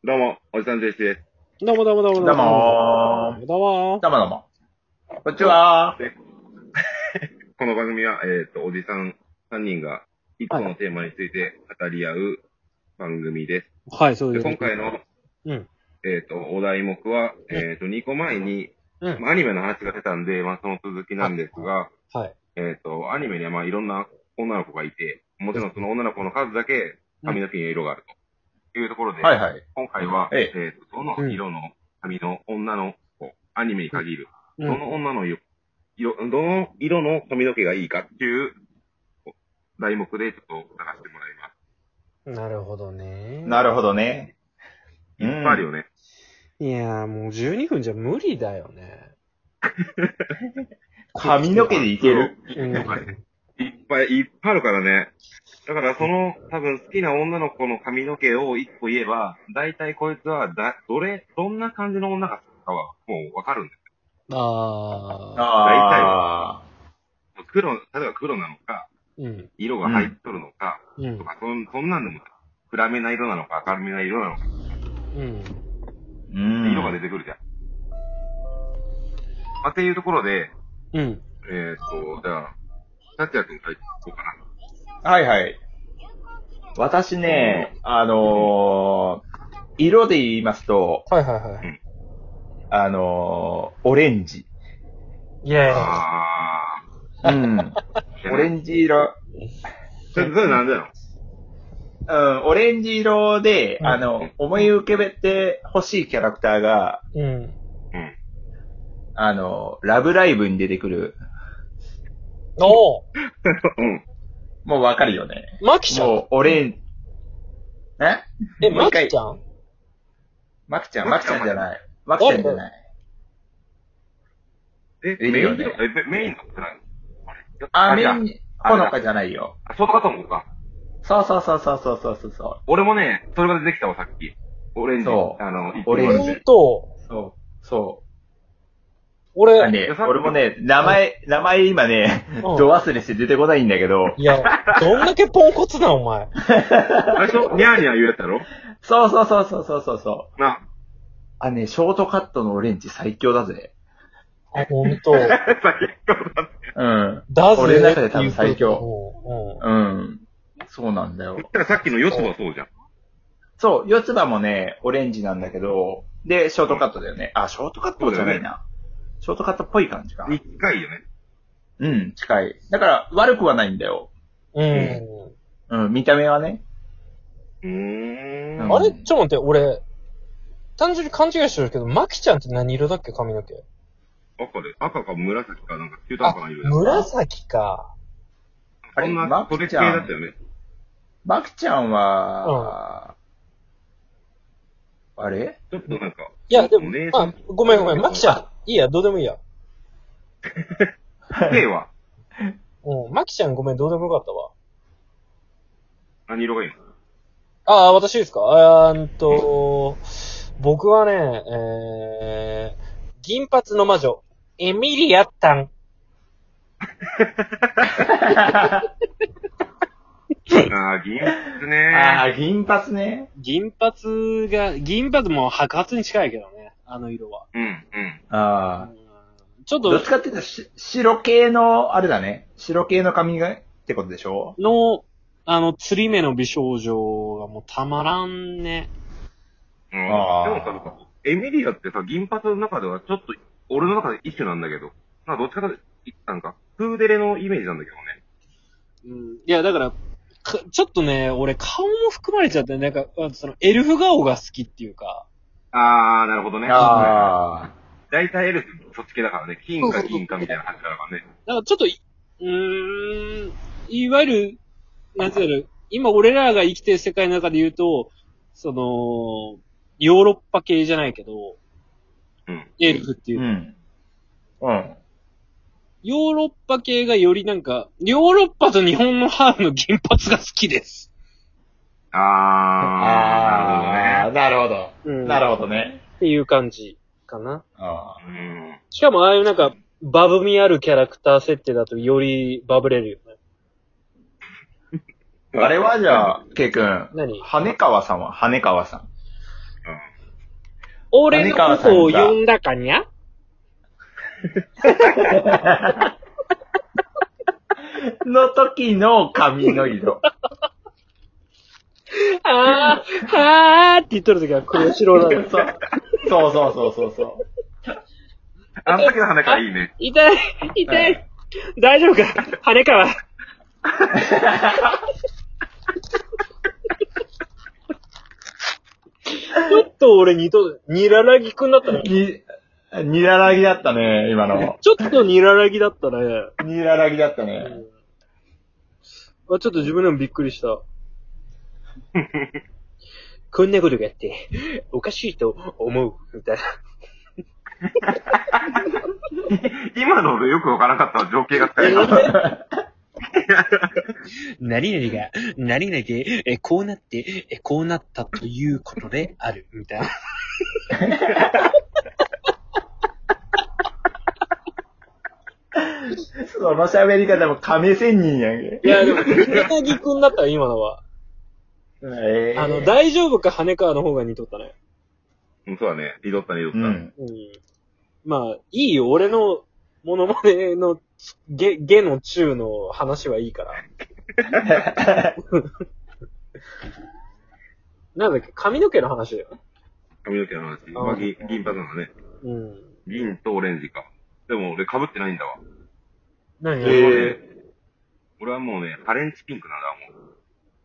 どうも、おじさんです。 どうもどうもどうもどうもどうも。 どうもどうも。こんにちは。 この番組は、おじさん3人が一個のテーマについて語り合う番組です。 はい、そうで、 です。 今回の、 うん。 お題目は、2個前に、 うん。 アニメの話が出たんで、その続きなんですが、 はい。 アニメにはいろんな女の子がいて、もちろんその女の子の数だけ髪の毛に色があるというところで、 はいはい。 今回は、どのうん色の髪の女の子、アニメに限る、 うんどの女のどの色の髪の毛がいいかっていう題目でちょっと探してもらいまなるほどね。 なるほどね。 す。いっぱいあるよね。 いやー、もう12分じゃ無理だよね。 髪の毛でいける。 うん。 いっぱいあるからね。だから多分好きな女の子の髪の毛を一個言えば、だいたいこいつはどんな感じの女が好きかはもうわかるんですあよ。例えば黒なのか、 ー。うん。 色が入っとるのか、 うんと。か、そんなんでも、暗めな色なのか、明るめな色なのか、 うん。 色が出てくるじゃん。っていうところで、 うん。 じゃあ、達也くんからいこうかな。 はいはい。私ね、色で言いますと、 はいはいはい。 オレンジ。 イェーイ。 うん。オレンジ色。 それなんでなの？ オレンジ色で、 うん思い浮かべて欲しいキャラクターが、 うん。 ラブライブに出てくる。 おー。 もうわかるよね。 マキちゃん。 もう、オレン、 マキちゃんマキちゃんじゃない。マキちゃんじゃない。 メインのって何？ メイン、ほのかじゃないよ。 そうかと思うか。 そう。 俺もね、それが出てきたわ、さっき。オレンジ。 そうオレンジ。 そう。 俺もね、名前今ね、ど忘れして出てこないんだけど。 いや、どんだけポンコツな、お前。 あれでしょ？ニャーニャー言うやつだろ？ そう。 な。 ショートカットのオレンジ最強だぜ。 あ、ほんと。 最強だね。 うん。 だぜ。 俺の中で多分最強。 うん。 そうなんだよ。 さっきの四つはそうじゃん。 そう、四つ葉もね、オレンジなんだけど、で、ショートカットだよね。ショートカットじゃないな。ショートカットっぽい感じか。 近いよね。 うん、近い。だから、悪くはないんだよ。見た目はね。 あれちょっと待って、俺、単純に勘違いしてるけど、マキちゃんって何色だっけ、髪の毛。 赤か紫かなんか中途半端な色だよ。 紫か。 そんな、それ系だったよね。 マキちゃんは、あれちょっとなんか。 いや、でも、ごめん。マキちゃん、いいや、どうでもいいや。 K はマキちゃんごめん、どうでもよかったわ。 何色がいいの？ 私ですか？僕はね、銀髪の魔女、エミリアッタン。 銀髪ね。 銀髪ね。 銀髪も白髪に近いけどね、あの色は。ちょっと。 どっちかっていうと、白系の、あれだね。白系の髪がってことでしょ？ 釣り目の美少女がもうたまらんね。 でもさ、エミリアってさ、銀髪の中ではちょっと、俺の中で一種なんだけど、どっちかというと、なんか、プーデレのイメージなんだけどね。 いや、だから、ちょっとね、俺顔も含まれちゃって、なんか、エルフ顔が好きっていうか。 なるほどね。大体エルフそっち系だからね、金か銀かみたいな感じだからね。 だからちょっと、いわゆる、なんていうの、今俺らが生きてる世界の中で言うと、ヨーロッパ系じゃないけど、エルフっていう。ヨーロッパ系がよりなんか、ヨーロッパと日本のハーフの銀髪が好きです。 なるほど。なるほどね。 っていう感じかな。しかもああいうなんか、バブみあるキャラクター設定だとよりバブれるよね。 あれはじゃあ、ケイ君。 何？ 羽川さんは羽川さん。 俺のことを呼んだかにゃの時の髪の色。 はーって言っとる時は黒白なの。 そうそう。 あの時の羽からいいね。 痛い、大丈夫か羽川。ちょっと俺ニララギくんだったね。 ニララギだったね、今の。 ちょっとニララギだったね。 ニララギだったね。 ちょっと自分でもびっくりした。こんなことがあって、おかしいと思う、みたいな。 今の俺よくわからなかった情景が使える。 何々で、こうなって、こうなったということである、みたいな。 その喋り方も亀仙人やんけ。 いや、でも、羽木くんだったら今のは。大丈夫か羽川の方が似とったね。 うん、そうだね。似とった。 まあ、いいよ。俺のモノマネのゲの中の話はいいから。なんだっけ、髪の毛の話だよ。 髪の毛の話。銀髪なのね。銀とオレンジか。でも俺被ってないんだわ。 何俺はもうね、ハレンチピンクなんだ、もう。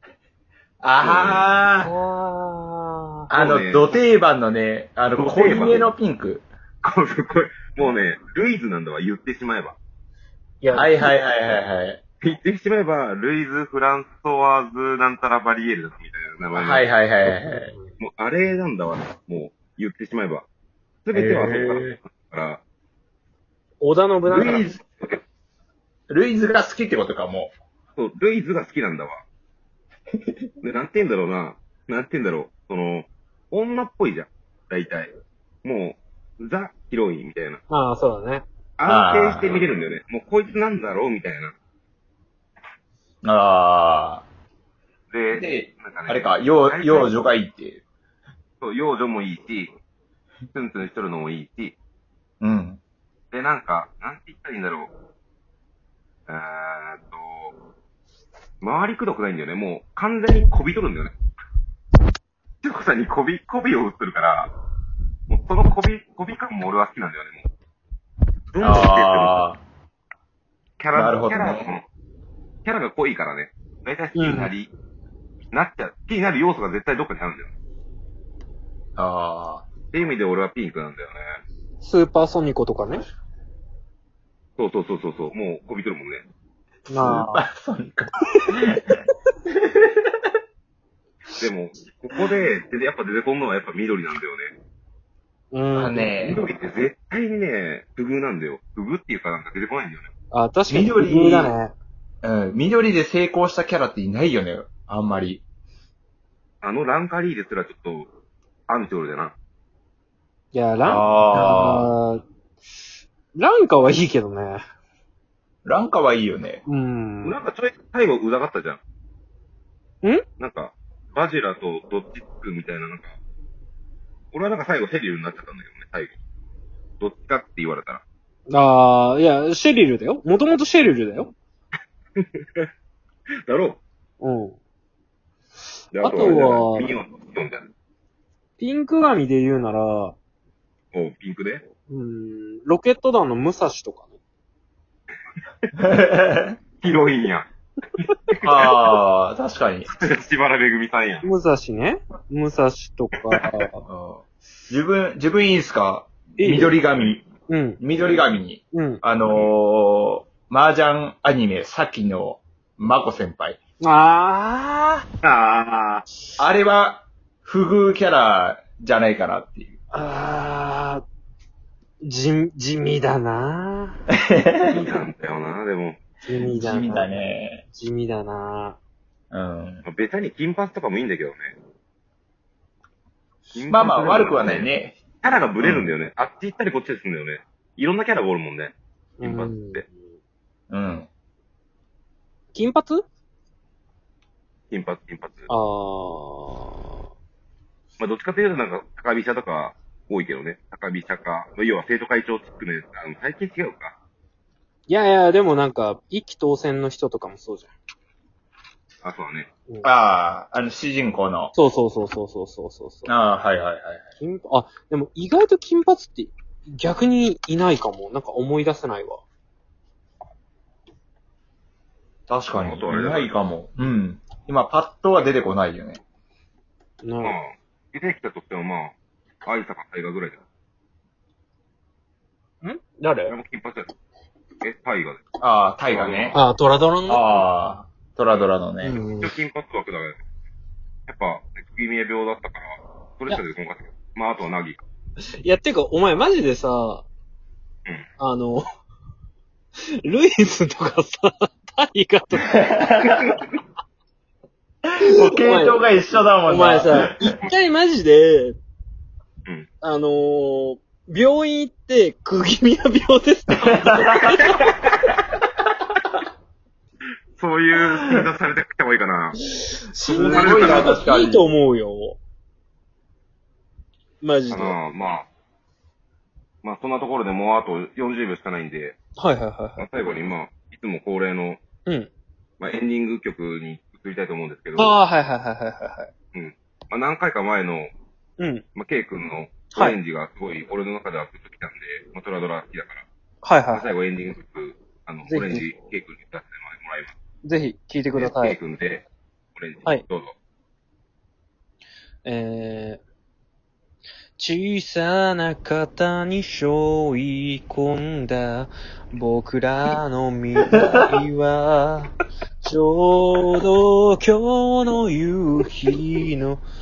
ド定番のね、濃いめのピンク。 もうね、ルイズなんだわ、言ってしまえば。 はい。 言ってしまえば、ルイズ・フランソワーズ・なんたらバリエールだみたいな名前。 はい。 もう、あれなんだわ、もう、言ってしまえば。すべてはそうから。 織田信長。 ルイズが好きってことか、もう。そう、ルイズが好きなんだわ。で、なんて言うんだろうな。女っぽいじゃん。大体。もう、ザ・ヒロインみたいな。 ああ、そうだね。 安定して見れるんだよね。もう、こいつなんだろうみたいな。で、なんかね。 あれか、幼女がいいっていう。 そう、幼女もいいし、ツンツンしとるのもいいし。で、なんか、なんて言ったらいいんだろう。回りくどくないんだよね。もう、完全にこびとるんだよね。ちょこさんにこびを打ってるから、もうそのこび感も俺は好きなんだよね、もう。どんどんしてっても。キャラが濃いからね。だいたい好きになっちゃう。好きになる要素が絶対どっかにあるんだよ。っていう意味で俺はピンクなんだよね。 スーパーソニコとかね。 そう。もうこびとるもんね。 スーパーソニコ。 でも、ここで、やっぱ出てこんのはやっぱ緑なんだよね。緑って絶対にね、不遇なんだよ。不遇っていうかなんか出てこないんだよね。 あ、確かに。緑だね。 緑で成功したキャラっていないよね、あんまり。 ランカリーですらちょっと、アンチョルだな。 いや、ランカはいいけどね。 ランカはいいよね。 なんかちょい最後うざかったじゃん。なんか、バジラとどっちつくみたいな、なんか、俺はなんか最後シェリルになっちゃったんだけどね、最後。どっちかって言われたら。 いや、シェリルだよ。もともとシェリルだよ。 だろう。 あとは、 ピンク髪で言うなら、 ピンクでロケット団の武蔵とかね。ヒロインや。 確かに。 しばらめぐみさんや。 武蔵ね。武蔵とか。 自分いいですか？緑髪。緑髪に。麻雀アニメ、さっきのマコ先輩。あれは、不遇キャラじゃないかなっていう。 地味だな地味なんだよな、でも。 地味だね。 地味だなベタに金髪とかもいいんだけどね。 まあまあ悪くはないね。 キャラがブレるんだよね。あっち行ったりこっちですんだよね。いろんなキャラがおるもんね。金髪って。 金髪？ 金髪。 まあ、どっちかというとなんか、高飛車とか多いけどね。高飛車か。要は生徒会長チックのやつ。最近違うか。 いやいや、でもなんか、一期当選の人とかもそうじゃん。あ、そうだね。 ああ、主人公の。 そう。 ああ、はい。 でも意外と金髪って逆にいないかも。なんか思い出せないわ。 確かに。いないかも。うん。今、パッとは出てこないよね。 まあ、出てきたとしてもまあ、愛坂大河ぐらいだよ。 誰？ 俺も金髪だよ。大河で。 ああ、大河ね。 ああ、トラドラのね。 ああ、トラドラのね。 一応金髪枠だけど、やっぱ、月見病だったから、それしか出てこなかったけど。まあ、あとはナギ。 いや、てか、お前マジでさ、ルイズとかさ、大河とか。 もう系統が一緒だもんね。 お前さ、一回マジで、病院行って、釘宮病ですって。 そういう診断されてきた方がいいかな。 診断されたらいいと思うよ。マジで。 まあ、そんなところでもうあと40秒しかないんで。 はい。 最後にまあ、いつも恒例の、まあ、エンディング曲に移りたいと思うんですけど。 ああ、はい。 まあ、何回か前の、まあ、ケイ君のオレンジがすごい俺の中ではずっと来たんで、まあ、トラドラ好きだから。まあ、最後エンディング曲、オレンジ、ケイ君に出してもらいます。 ぜひ、聴いてください。 ケイ君で、オレンジ、どうぞ。 小さな型に背負い込んだ僕らの未来はちょうど今日の夕日の